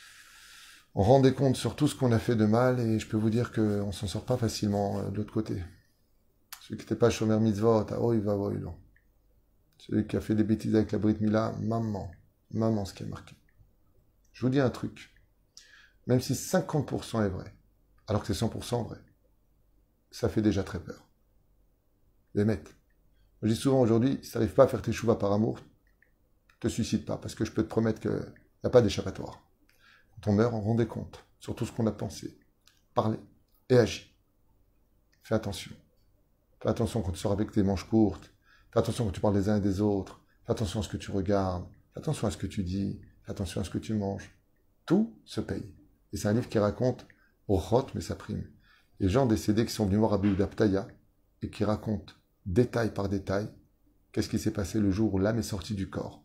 on rendait compte sur tout ce qu'on a fait de mal, et je peux vous dire qu'on ne s'en sort pas facilement de l'autre côté. Celui qui n'était pas Shomer Mitzvot, oh il va voir, non. Celui qui a fait des bêtises avec la Brit Mila, maman, ce qui est marqué. Je vous dis un truc, même si 50% est vrai, alors que c'est 100% vrai, ça fait déjà très peur. Béhémet. Je dis souvent aujourd'hui, si tu n'arrives pas à faire tes chouvas par amour, te suicide pas, parce que je peux te promettre qu'il n'y a pas d'échappatoire. Quand on meurt, on rend des comptes sur tout ce qu'on a pensé, parlé et agi. Fais attention. Fais attention quand tu sors avec tes manches courtes. Fais attention quand tu parles des uns et des autres. Fais attention à ce que tu regardes. Fais attention à ce que tu dis. Fais attention à ce que tu manges. Tout se paye. Et c'est un livre qui raconte Ochot, mais ça prime. Les gens décédés qui sont venus voir Rabbi Yehuda Ptaya et qui racontent détail par détail qu'est-ce qui s'est passé le jour où l'âme est sortie du corps.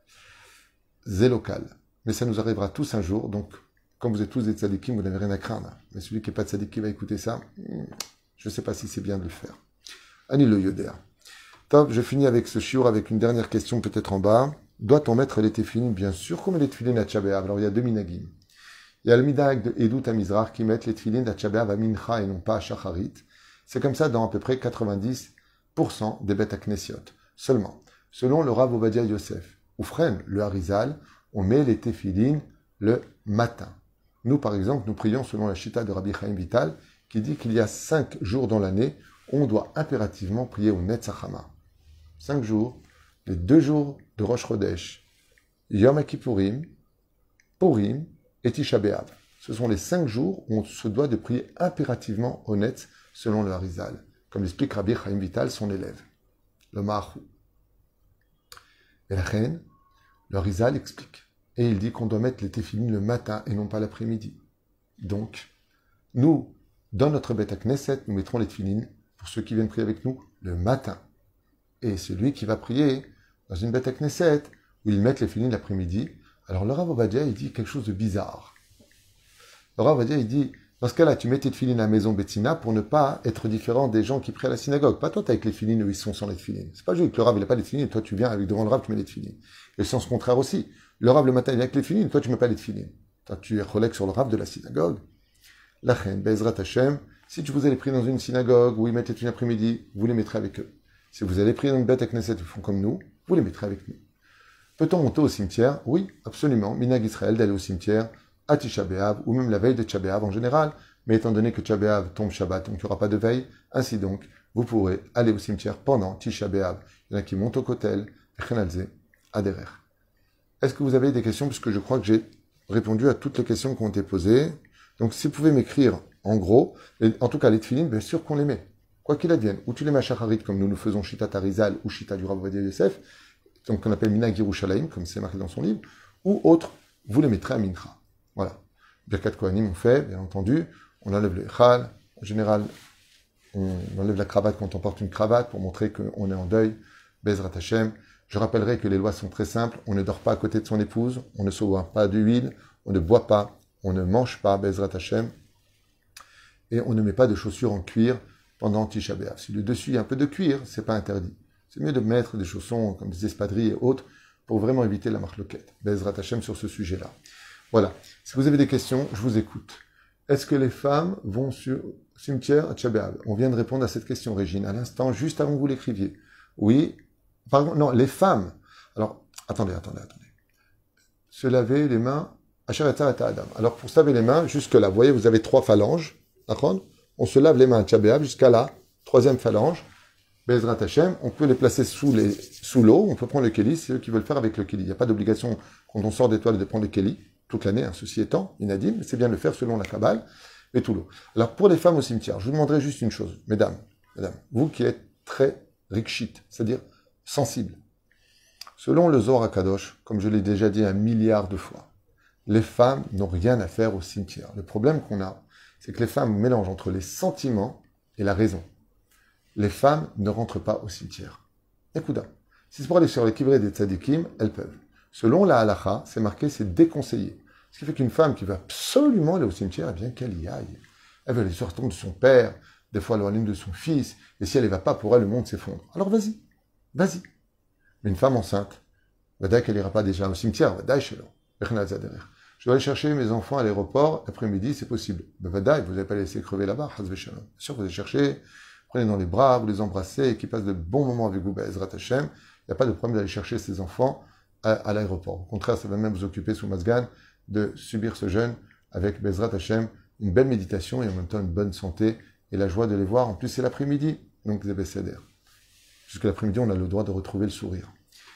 C'est local. Mais ça nous arrivera tous un jour, donc comme vous êtes tous des tzadikim, vous n'avez rien à craindre. Mais celui qui n'est pas tzadik qui va écouter ça, je ne sais pas si c'est bien de le faire. Ani le yoder. Top, je finis avec ce shiur avec une dernière question peut-être en bas. Doit-on mettre les téfilines? Bien sûr qu'on met les téfilines à Tisha B'Av. Alors il y a deux minagim. Il y a le midag de Edut Amizrach qui met les téfilines à Tisha B'Av à Mincha et non pas à Shacharit. C'est comme ça dans à peu près 90% des Beth Knessiot. Seulement, selon le Rav Ovadia Yosef, ou Fren, le Harizal, on met les téfilines le matin. Nous, par exemple, nous prions selon la Shita de Rabbi Chaim Vital, qui dit qu'il y a 5 jours dans l'année où on doit impérativement prier au Netzachama. 5 jours, les 2 jours de Rosh Chodesh, Yom Kippourim, Purim et Tisha B'Av. Ce sont les 5 jours où on se doit de prier impérativement au Netz, selon le Harizal, comme l'explique Rabbi Chaim Vital, son élève, le Maharu. Et la reine, le Harizal explique. Et il dit qu'on doit mettre les téfilines le matin et non pas l'après-midi. Donc, nous, dans notre Beth Knesset, nous mettrons les téfilines, pour ceux qui viennent prier avec nous, le matin. Et celui qui va prier dans une Beth Knesset, où ils mettent les téfilines l'après-midi, alors le Rav Ovadia, il dit quelque chose de bizarre. Le Rav Ovadia, il dit, dans ce cas-là, tu mets tes téfilines à la maison Bettina pour ne pas être différent des gens qui prient à la synagogue. Pas toi, t'as avec les téfilines, eux, ils sont sans les téfilines. C'est pas juste que le Rav, il n'a pas les téfilines, et toi, tu viens avec devant le Rav, tu mets les téfilines. Et le sens contraire aussi. Le Rav, le matin, il vient avec les téfilines, toi, tu ne mets pas les téfilines. Toi, tu es relègue sur le Rav de la synagogue. La reine, Bezrat Hashem, si vous allez prier dans une synagogue où ils mettent les téfilines après-midi, vous les mettrez avec eux. Si vous allez prier dans une Beth Knesset, ils font comme nous, vous les mettrez avec nous. Peut-on monter au cimetière? Oui, absolument. Minag Israël d'aller au cimetière à Tisha B'Av, ou même la veille de Tisha B'Av en général, Mais étant donné que Tisha B'Av tombe Shabbat, donc il n'y aura pas de veille, ainsi donc, vous pourrez aller au cimetière pendant Tisha B'Av. Il y en a qui montent au kotel, Echenalze, Aderer. Est-ce que vous avez des questions? Puisque je crois que j'ai répondu à toutes les questions qui ont été posées. Donc, si vous pouvez m'écrire, en gros, en tout cas, les tefilines, bien sûr qu'on les met. Quoi qu'il advienne. Ou tu les mets à Shacharit, comme nous faisons Shita Tarizal ou Shita du Rav Ovadia Yosef, donc qu'on appelle Minag Yerushalayim, comme c'est marqué dans son livre, ou autre, vous les mettrez à Mincha. Voilà. Birkat Kohanim, on fait, bien entendu, on enlève le Echal. En général, on enlève la cravate quand on porte une cravate pour montrer qu'on est en deuil. Bezrat Hashem. Je rappellerai que les lois sont très simples. On ne dort pas à côté de son épouse, on ne se boit pas d'huile, on ne boit pas, on ne mange pas, Bezrat Hashem, et on ne met pas de chaussures en cuir pendant Tisha B'Av. Si le dessus il y a un peu de cuir, c'est pas interdit. C'est mieux de mettre des chaussons comme des espadrilles et autres pour vraiment éviter la marloquette. Bezrat Hashem sur ce sujet-là. Voilà. Si vous avez des questions, je vous écoute. Est-ce que les femmes vont sur cimetière à Tisha B'Av? On vient de répondre à cette question, Régine, à l'instant, juste avant que vous l'écriviez. Oui. Pardon, non, les femmes. Alors, attendez. Se laver les mains. Adam. Alors, pour se laver les mains, jusque-là, vous voyez, vous avez 3 phalanges. D'accord? On se lave les mains à Tisha B'Av jusqu'à la 3e phalange. Bezrat Hashem, on peut les placer sous l'eau. On peut prendre le kéli, c'est eux qui veulent faire avec le kéli. Il n'y a pas d'obligation, quand on sort des toiles, de prendre le kéli toute l'année, hein, ceci étant, inadim, mais c'est bien de le faire selon la Kabbale et tout l'eau. Alors, pour les femmes au cimetière, je vous demanderai juste une chose. Mesdames, vous qui êtes très rikshit, c'est-à-dire sensible. Selon le Zohar HaKadosh, comme je l'ai déjà dit 1 milliard de fois, les femmes n'ont rien à faire au cimetière. Le problème qu'on a, c'est que les femmes mélangent entre les sentiments et la raison. Les femmes ne rentrent pas au cimetière. Écoute, si c'est pour aller sur les kivrés des tzadikim, elles peuvent. Selon la halacha, c'est marqué, c'est déconseillé. Ce qui fait qu'une femme qui veut absolument aller au cimetière, eh bien qu'elle y aille. Elle veut aller sur la tombe de son père, des fois la ligne de son fils, et si elle n'y va pas, pour elle, le monde s'effondre. Alors vas-y. Mais une femme enceinte, vadaï qu'elle n'ira pas déjà au cimetière, vadaï chez l'eau. Je dois aller chercher mes enfants à l'aéroport, l'après-midi, c'est possible. Vadaï, vous n'allez pas les laisser crever là-bas, bien sûr, vous les cherchez, prenez dans les bras, vous les embrassez, et qu'ils passent de bons moments avec vous, Ezrat Hashem. Il n'y a pas de problème d'aller chercher ces enfants à l'aéroport. Au contraire, ça va même vous occuper sous Mazgan de subir ce jeûne avec Bezrat Hashem, une belle méditation et en même temps une bonne santé et la joie de les voir. En plus, c'est l'après-midi, donc les Besséder. Jusqu'à l'après-midi, on a le droit de retrouver le sourire.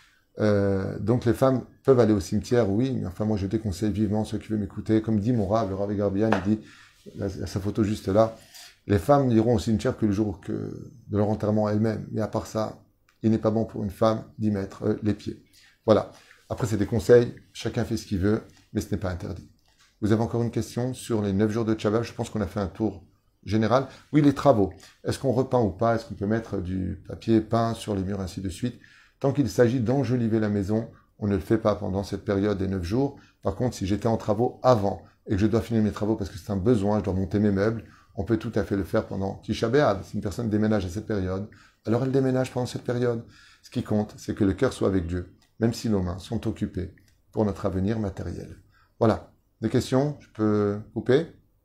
Donc les femmes peuvent aller au cimetière, oui, mais enfin moi je déconseille vivement ceux qui veulent m'écouter. Comme dit mon Rav, le Rav Garbian, il dit, il y a sa photo juste là, les femmes n'iront au cimetière que le jour de leur enterrement elles-mêmes. Mais à part ça, il n'est pas bon pour une femme d'y mettre les pieds. Voilà. Après, c'est des conseils, chacun fait ce qu'il veut, mais ce n'est pas interdit. Vous avez encore une question sur les 9 jours de Tchabav? Je pense qu'on a fait un tour général. Oui, les travaux. Est-ce qu'on repeint ou pas? Est-ce qu'on peut mettre du papier peint sur les murs, ainsi de suite? Tant qu'il s'agit d'enjoliver la maison, on ne le fait pas pendant cette période des 9 jours. Par contre, si j'étais en travaux avant et que je dois finir mes travaux parce que c'est un besoin, je dois monter mes meubles, on peut tout à fait le faire pendant Tisha B'Av. Si une personne déménage à cette période, alors elle déménage pendant cette période. Ce qui compte, c'est que le cœur soit avec Dieu, même si nos mains sont occupées pour notre avenir matériel. Voilà. Des questions? Je peux couper?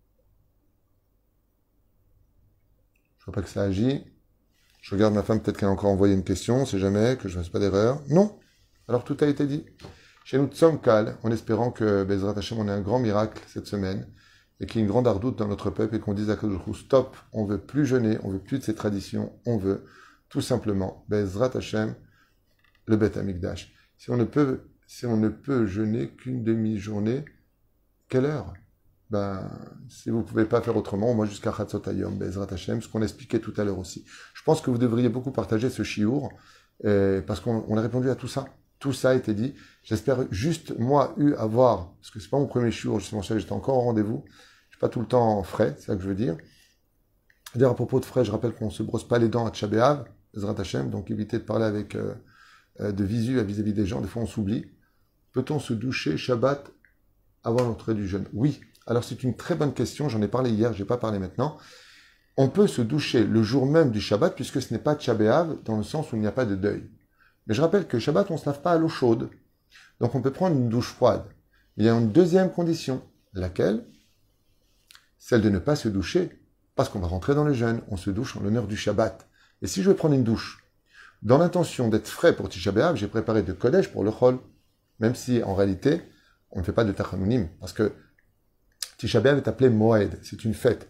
Je vois pas que ça agit. Je regarde ma femme, peut-être qu'elle a encore envoyé une question, on sait jamais, que je ne fasse pas d'erreur. Non. Alors tout a été dit. Chez nous, Tzomkal, en espérant que Bezrat Hashem, on ait un grand miracle cette semaine, et qu'il y ait une grande ardoute dans notre peuple, et qu'on dise à Kadosh stop, on veut plus jeûner, on veut plus de ces traditions, on veut tout simplement, Bezrat Hashem, le Beth Amikdash. Si on ne peut jeûner qu'une demi-journée, quelle heure? Si vous ne pouvez pas faire autrement, moi jusqu'à Chatzot Hayom, Bezrat Hashem, ce qu'on expliquait tout à l'heure aussi. Je pense que vous devriez beaucoup partager ce chiour, parce qu'on a répondu à tout ça. Tout ça a été dit. J'espère juste, moi, avoir, parce que c'est pas mon premier chiour, justement, j'étais encore au rendez-vous, je suis pas tout le temps frais, c'est ça que je veux dire. D'ailleurs, à propos de frais, je rappelle qu'on ne se brosse pas les dents à Tisha B'Av, Bezrat Hashem, donc évitez de parler avec de visu à vis-à-vis des gens, des fois on s'oublie. Peut-on se doucher Shabbat avant l'entrée du jeûne? Oui. Alors c'est une très bonne question, j'en ai parlé hier, je n'ai pas parlé maintenant. On peut se doucher le jour même du Shabbat, puisque ce n'est pas Tisha B'Av, dans le sens où il n'y a pas de deuil. Mais je rappelle que Shabbat, on ne se lave pas à l'eau chaude. Donc on peut prendre une douche froide. Il y a une deuxième condition, laquelle? Celle de ne pas se doucher, parce qu'on va rentrer dans le jeûne, on se douche en l'honneur du Shabbat. Et si je vais prendre une douche, dans l'intention d'être frais pour Tisha B'Av, j'ai préparé de Kodesh pour le Chol, même si en réalité, on ne fait pas de Tachanunim, parce que Tisha B'Av est appelé Moed, c'est une fête.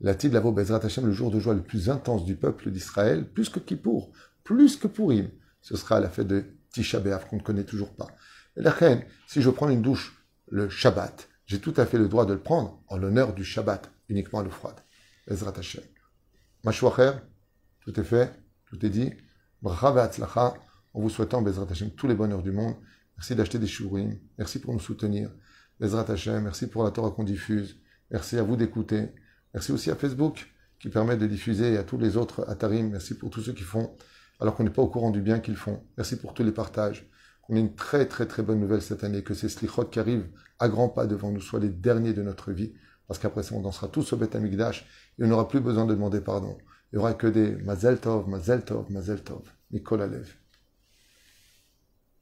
L'Atid Lavo Bezrat Hashem, le jour de joie le plus intense du peuple d'Israël, plus que Kippour, plus que Purim. Ce sera la fête de Tisha B'Av qu'on ne connaît toujours pas. Et la reine, si je prends une douche le Shabbat, j'ai tout à fait le droit de le prendre en l'honneur du Shabbat, uniquement à l'eau froide. Bezrat Hashem. Mashouacher, tout est fait, tout est dit. Bracha ve'atzlacha, en vous souhaitant, Bezrat Hashem, tous les bonheurs du monde. Merci d'acheter des shurim, merci pour nous soutenir. Bezrat Hashem, merci pour la Torah qu'on diffuse. Merci à vous d'écouter. Merci aussi à Facebook qui permet de diffuser et à tous les autres Atarim. Merci pour tous ceux qui font, alors qu'on n'est pas au courant du bien qu'ils font. Merci pour tous les partages. Qu'on ait une très très très bonne nouvelle cette année, que ces slichot qui arrivent à grands pas devant nous soient les derniers de notre vie, parce qu'après ça on dansera tous au Beth Amikdash et on n'aura plus besoin de demander pardon. Il n'y aura que des Mazel Tov, Mazel Tov, Mazel Tov. Mikol Alev.